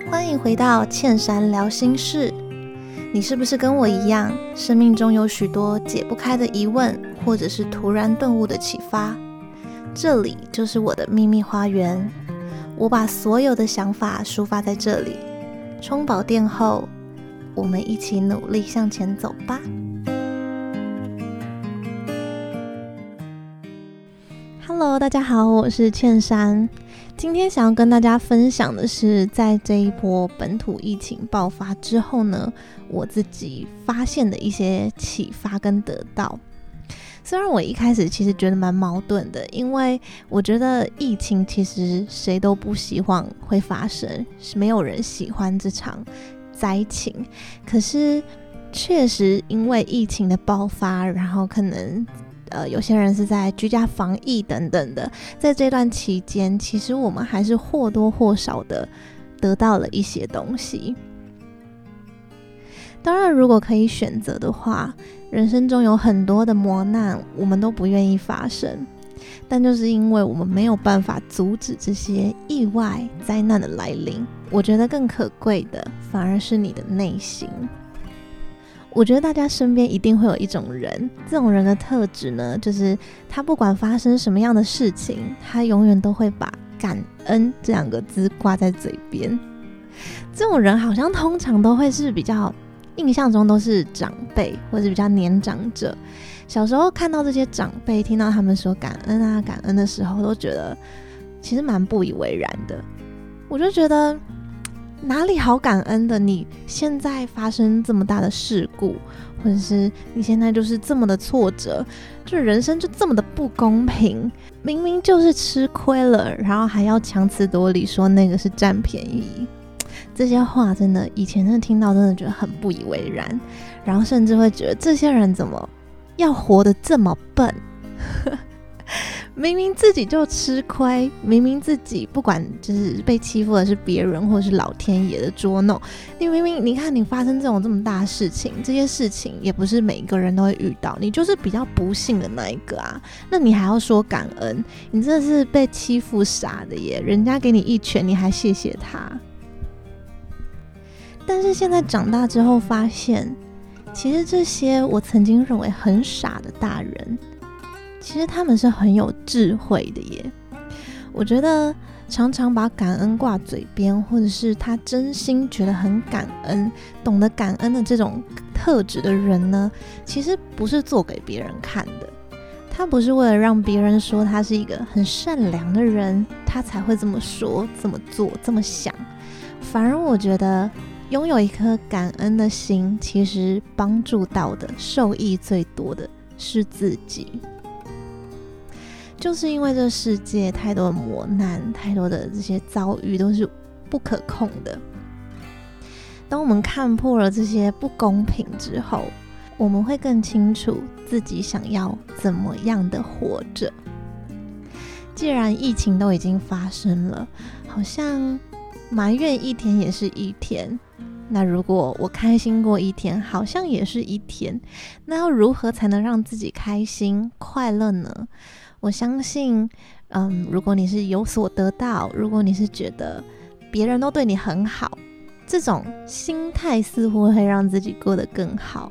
欢迎回到茜珊聊心事。你是不是跟我一样，生命中有许多解不开的疑问，或者是突然顿悟的启发？这里就是我的秘密花园，我把所有的想法抒发在这里。充饱电后，我们一起努力向前走吧。Hello， 大家好，我是茜珊。今天想要跟大家分享的是，在这一波本土疫情爆发之后呢，我自己发现的一些启发跟得到。虽然我一开始其实觉得蛮矛盾的，因为我觉得疫情其实谁都不希望会发生，没有人喜欢这场灾情。可是确实因为疫情的爆发，然后可能有些人是在居家防疫等等的，在这段期间，其实我们还是或多或少的得到了一些东西。当然，如果可以选择的话，人生中有很多的磨难，我们都不愿意发生，但就是因为我们没有办法阻止这些意外灾难的来临，我觉得更可贵的反而是你的内心。我觉得大家身边一定会有一种人，这种人的特质呢，就是他不管发生什么样的事情，他永远都会把感恩这两个字挂在嘴边。这种人好像通常都会是比较印象中都是长辈或者比较年长者。小时候看到这些长辈，听到他们说感恩啊感恩的时候，都觉得其实蛮不以为然的。我就觉得哪里好感恩的？你现在发生这么大的事故，或者是你现在就是这么的挫折，就人生就这么的不公平，明明就是吃亏了，然后还要强词夺理说那个是占便宜。这些话真的以前真的听到真的觉得很不以为然，然后甚至会觉得这些人怎么要活得这么笨明明自己就吃亏，明明自己不管就是被欺负的是别人或是老天爷的捉弄，你明明你看你发生这么大的事情，这些事情也不是每个人都会遇到，你就是比较不幸的那一个啊，那你还要说感恩？你真的是被欺负傻的耶，人家给你一拳你还谢谢他。但是现在长大之后发现，其实这些我曾经认为很傻的大人，其实他们是很有智慧的耶。我觉得常常把感恩挂嘴边，或者是他真心觉得很感恩，懂得感恩的这种特质的人呢，其实不是做给别人看的，他不是为了让别人说他是一个很善良的人，他才会这么说这么做这么想。反而我觉得拥有一颗感恩的心，其实帮助到的受益最多的是自己。就是因为这世界太多的磨难，太多的这些遭遇都是不可控的，当我们看破了这些不公平之后，我们会更清楚自己想要怎么样的活着。既然疫情都已经发生了，好像埋怨一天也是一天，那如果我开心过一天，好像也是一天，那要如何才能让自己开心快乐呢？我相信如果你是有所得到，如果你是觉得别人都对你很好，这种心态似乎会让自己过得更好。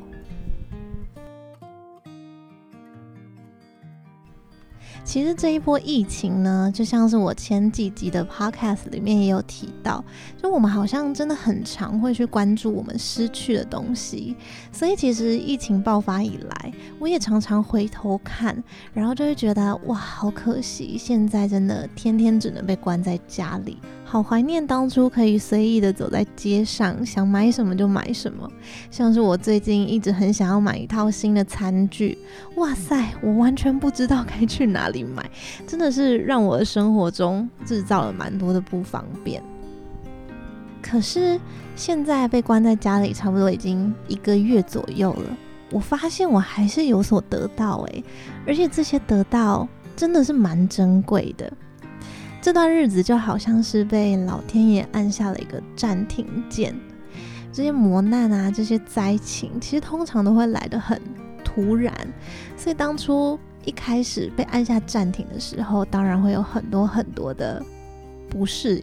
其实这一波疫情呢，就像是我前几集的 podcast 里面也有提到，就我们好像真的很常会去关注我们失去的东西，所以其实疫情爆发以来，我也常常回头看，然后就会觉得哇，好可惜，现在真的天天只能被关在家里，好怀念当初可以随意的走在街上，想买什么就买什么。像是我最近一直很想要买一套新的餐具，哇塞，我完全不知道该去哪里买，真的是让我的生活中制造了蛮多的不方便。可是现在被关在家里差不多已经1个月左右了，我发现我还是有所得到而且这些得到真的是蛮珍贵的。这段日子就好像是被老天爷按下了一个暂停键，这些磨难啊，这些灾情其实通常都会来得很突然，所以当初一开始被按下暂停的时候，当然会有很多很多的不适应，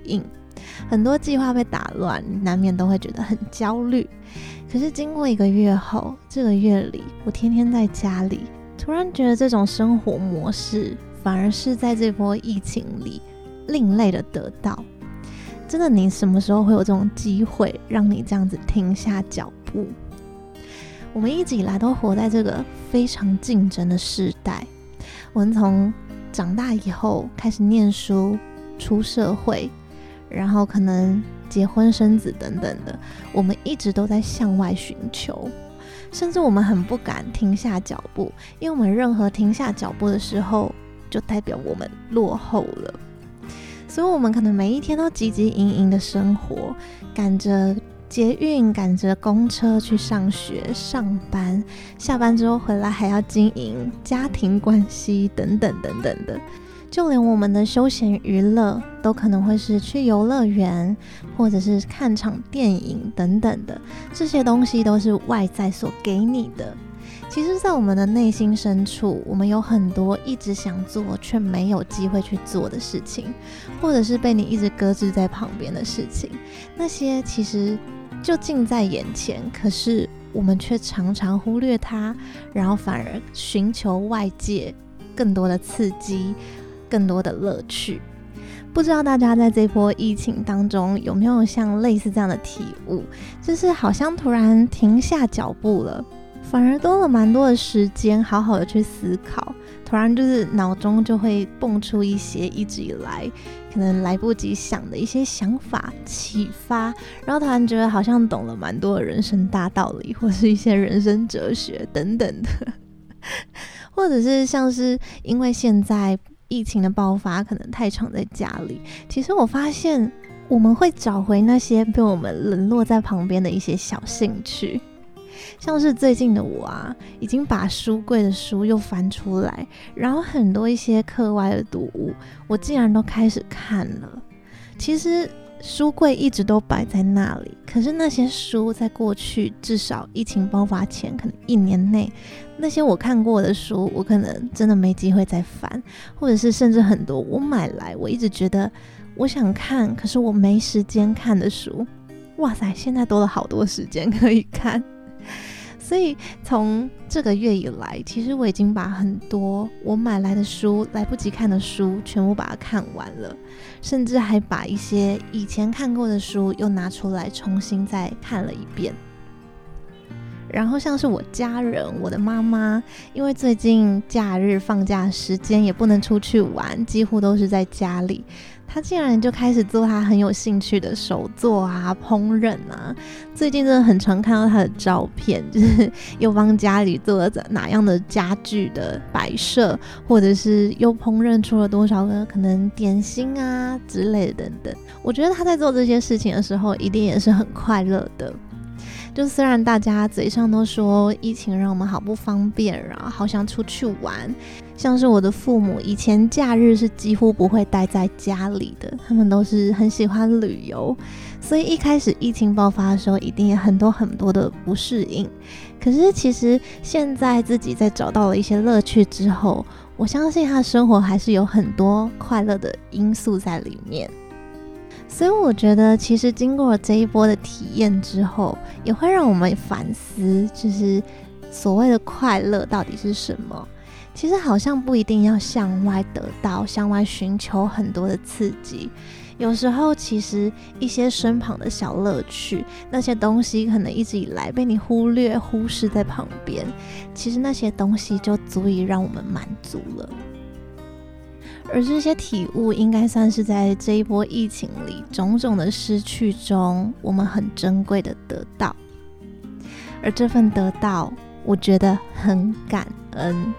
很多计划被打乱，难免都会觉得很焦虑。可是经过1个月后，这个月里我天天在家里，突然觉得这种生活模式反而是在这波疫情里另类的得到。真的，你什么时候会有这种机会让你这样子停下脚步？我们一直以来都活在这个非常竞争的时代。我们从长大以后开始念书、出社会，然后可能结婚生子等等的，我们一直都在向外寻求，甚至我们很不敢停下脚步，因为我们任何停下脚步的时候，就代表我们落后了。所以我们可能每一天都汲汲营营的生活，赶着捷运，赶着公车去上学、上班，下班之后回来还要经营家庭关系等等等等的。就连我们的休闲娱乐都可能会是去游乐园，或者是看场电影等等的，这些东西都是外在所给你的。其实在我们的内心深处，我们有很多一直想做却没有机会去做的事情，或者是被你一直搁置在旁边的事情，那些其实就近在眼前，可是我们却常常忽略它，然后反而寻求外界更多的刺激，更多的乐趣。不知道大家在这波疫情当中有没有像类似这样的体悟，就是好像突然停下脚步了，反而多了蛮多的时间好好的去思考，突然就是脑中就会蹦出一些一直以来可能来不及想的一些想法启发，然后突然觉得好像懂了蛮多的人生大道理，或是一些人生哲学等等的或者是像是因为现在疫情的爆发，可能太常在家里，其实我发现我们会找回那些被我们冷落在旁边的一些小兴趣。像是最近的我啊，已经把书柜的书又翻出来，然后很多一些课外的读物，我竟然都开始看了。其实书柜一直都摆在那里，可是那些书在过去至少疫情爆发前可能1年内，那些我看过的书，我可能真的没机会再翻，或者是甚至很多我买来我一直觉得我想看，可是我没时间看的书，哇塞，现在多了好多时间可以看。所以从这个月以来，其实我已经把很多我买来的书，来不及看的书全部把它看完了，甚至还把一些以前看过的书又拿出来重新再看了一遍。然后像是我家人，我的妈妈，因为最近假日放假时间也不能出去玩，几乎都是在家里，她竟然就开始做她很有兴趣的手作啊、烹饪啊。最近真的很常看到她的照片，就是又帮家里做了哪样的家具的摆设，或者是又烹饪出了多少个可能点心啊之类的等等。我觉得她在做这些事情的时候，一定也是很快乐的。就虽然大家嘴上都说疫情让我们好不方便，然后好想出去玩，像是我的父母以前假日是几乎不会待在家里的，他们都是很喜欢旅游，所以一开始疫情爆发的时候一定有很多的不适应。可是其实现在自己在找到了一些乐趣之后，我相信他的生活还是有很多快乐的因素在里面。所以我觉得其实经过了这一波的体验之后，也会让我们反思，就是所谓的快乐到底是什么。其实好像不一定要向外得到，向外寻求很多的刺激，有时候其实一些身旁的小乐趣，那些东西可能一直以来被你忽略忽视在旁边，其实那些东西就足以让我们满足了。而这些体悟应该算是在这一波疫情里种种的失去中，我们很珍贵的得到。而这份得到，我觉得很感恩。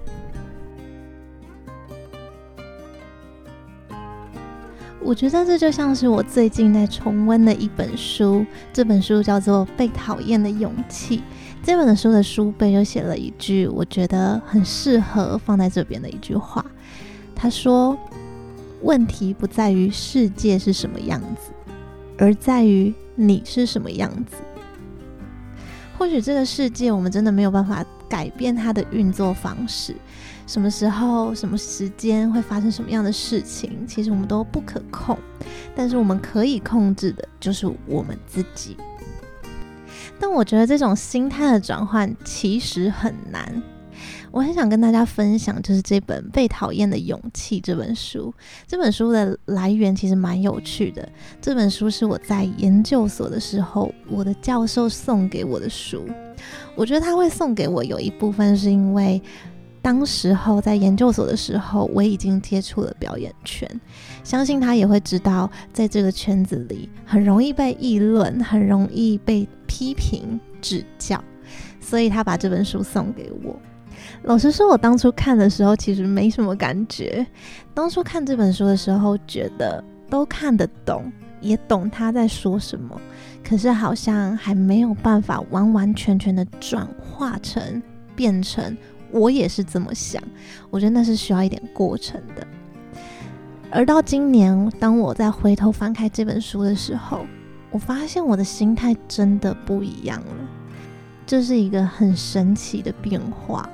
我觉得这就像是我最近在重温的一本书，这本书叫做《被讨厌的勇气》。这本书的书背就写了一句我觉得很适合放在这边的一句话，他说，问题不在于世界是什么样子，而在于你是什么样子。或许这个世界我们真的没有办法改变它的运作方式， 什么时候、什么时间会发生什么样的事情，其实我们都不可控，但是我们可以控制的就是我们自己。但我觉得这种心态的转换其实很难。我很想跟大家分享，就是这本《被讨厌的勇气》这本书。这本书的来源其实蛮有趣的。这本书是我在研究所的时候，我的教授送给我的书。我觉得他会送给我，有一部分是因为当时候在研究所的时候，我已经接触了表演圈，相信他也会知道，在这个圈子里很容易被议论，很容易被批评指教，所以他把这本书送给我。老实说，我当初看的时候其实没什么感觉。当初看这本书的时候，觉得都看得懂，也懂他在说什么，可是好像还没有办法完完全全的转化成变成我也是这么想。我觉得那是需要一点过程的。而到今年，当我再回头翻开这本书的时候，我发现我的心态真的不一样了。这是一个很神奇的变化。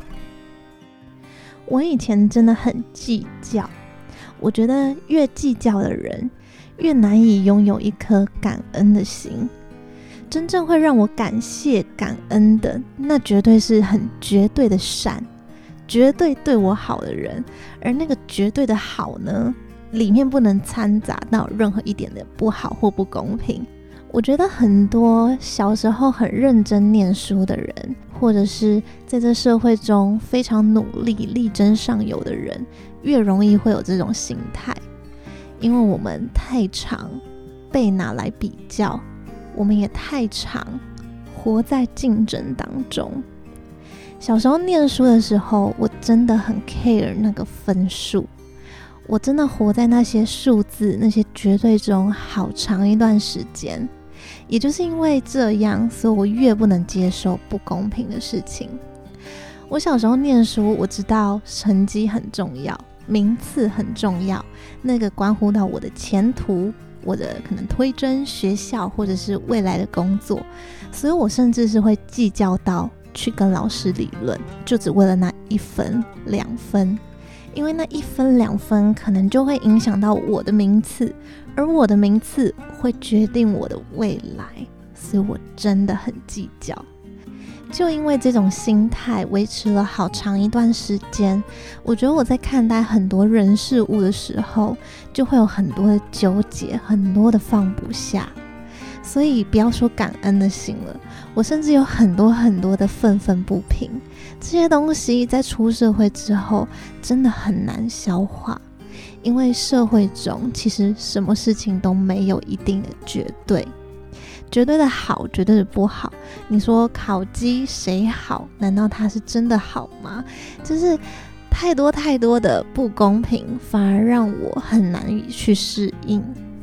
我以前真的很计较，我觉得越计较的人越难以拥有一颗感恩的心。真正会让我感谢感恩的，那绝对是很绝对的善，绝对对我好的人。而那个绝对的好呢，里面不能掺杂到任何一点的不好或不公平。我觉得很多小时候很认真念书的人，或者是在这社会中非常努力力争上游的人，越容易会有这种心态。因为我们太常被拿来比较，我们也太常活在竞争当中。小时候念书的时候，我真的很 care 那个分数，我真的活在那些数字、那些绝对中好长一段时间。也就是因为这样，所以我越不能接受不公平的事情。我小时候念书，我知道成绩很重要，名次很重要，那个关乎到我的前途，我的可能推甄学校或者是未来的工作，所以我甚至是会计较到去跟老师理论，就只为了那1分2分。因为那1分2分可能就会影响到我的名次，而我的名次会决定我的未来，所以我真的很计较。就因为这种心态维持了好长一段时间，我觉得我在看待很多人事物的时候，就会有很多的纠结，很多的放不下。所以不要说感恩的心了，我甚至有很多很多的愤愤不平。这些东西在出社会之后真的很难消化，因为社会中其实什么事情都没有一定的绝对，绝对的好，绝对的不好。你说烤鸡谁好？难道它是真的好吗？就是太多太多的不公平，反而让我很难以去适应。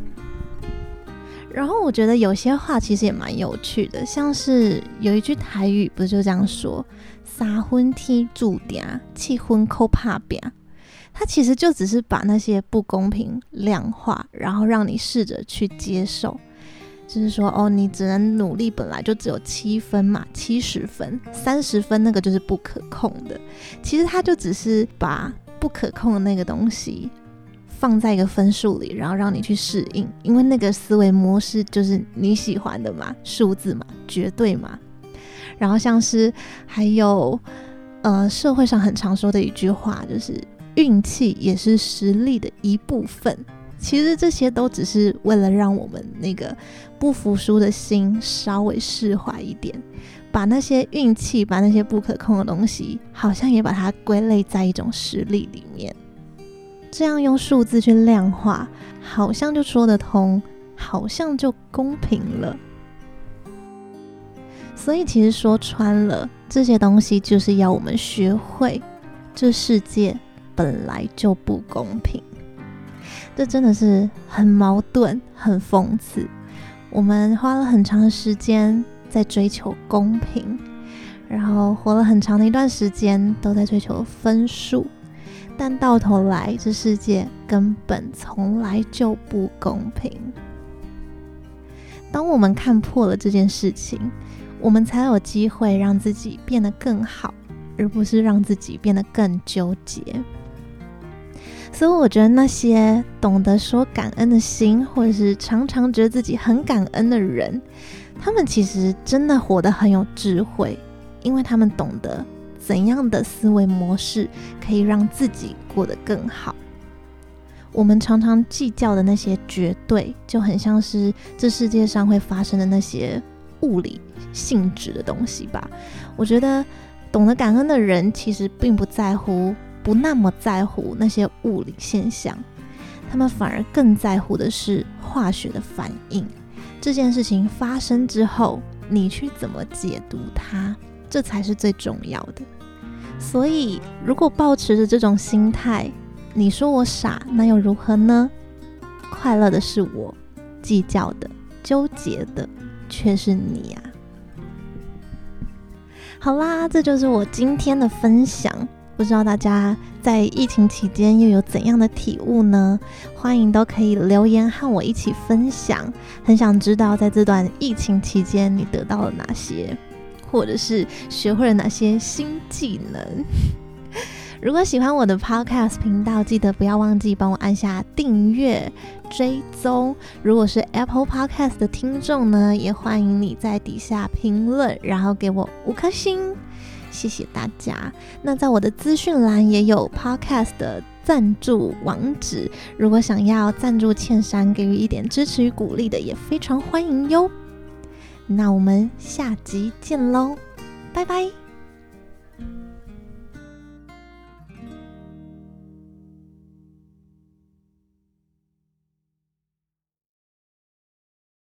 然后我觉得有些话其实也蛮有趣的，像是有一句台语不是就这样说三分天注定，七分靠打拼。它其实就只是把那些不公平量化，然后让你试着去接受。就是说你只能努力，本来就只有7分嘛，70分30分那个就是不可控的。其实它就只是把不可控的那个东西放在一个分数里，然后让你去适应，因为那个思维模式就是你喜欢的嘛，数字嘛，绝对嘛。然后像是还有社会上很常说的一句话，就是运气也是实力的一部分。其实这些都只是为了让我们那个不服输的心稍微释怀一点，把那些运气，把那些不可控的东西，好像也把它归类在一种实力里面。这样用数字去量化，好像就说得通，好像就公平了。所以其实说穿了，这些东西就是要我们学会，这世界本来就不公平。这真的是很矛盾，很讽刺。我们花了很长的时间在追求公平，然后活了很长的一段时间都在追求分数，但到头来这世界根本从来就不公平。当我们看破了这件事情，我们才有机会让自己变得更好， 而不是让自己变得更纠结。所以我觉得那些懂得说感恩的心，或者是常常觉得自己很感恩的人，他们其实真的活得很有智慧，因为他们懂得怎样的思维模式可以让自己过得更好。我们常常计较的那些绝对，就很像是这世界上会发生的那些物理性质的东西吧。我觉得懂得感恩的人其实并不那么在乎那些物理现象，他们反而更在乎的是化学的反应。这件事情发生之后，你去怎么解读它，这才是最重要的。所以如果抱持着这种心态，你说我傻，那又如何呢？快乐的是我，计较的、纠结的却是你啊。好啦，这就是我今天的分享。不知道大家在疫情期间又有怎样的体悟呢？欢迎都可以留言和我一起分享，很想知道在这段疫情期间你得到了哪些，或者是学会了哪些新技能。如果喜欢我的 podcast 频道，记得不要忘记帮我按下订阅追踪。如果是 Apple Podcast 的听众呢，也欢迎你在底下评论，然后给我5颗星，谢谢大家。那在我的资讯栏也有 podcast 的赞助网址，如果想要赞助茜珊给予一点支持与鼓励的，也非常欢迎哟。那我们下集见咯，拜拜。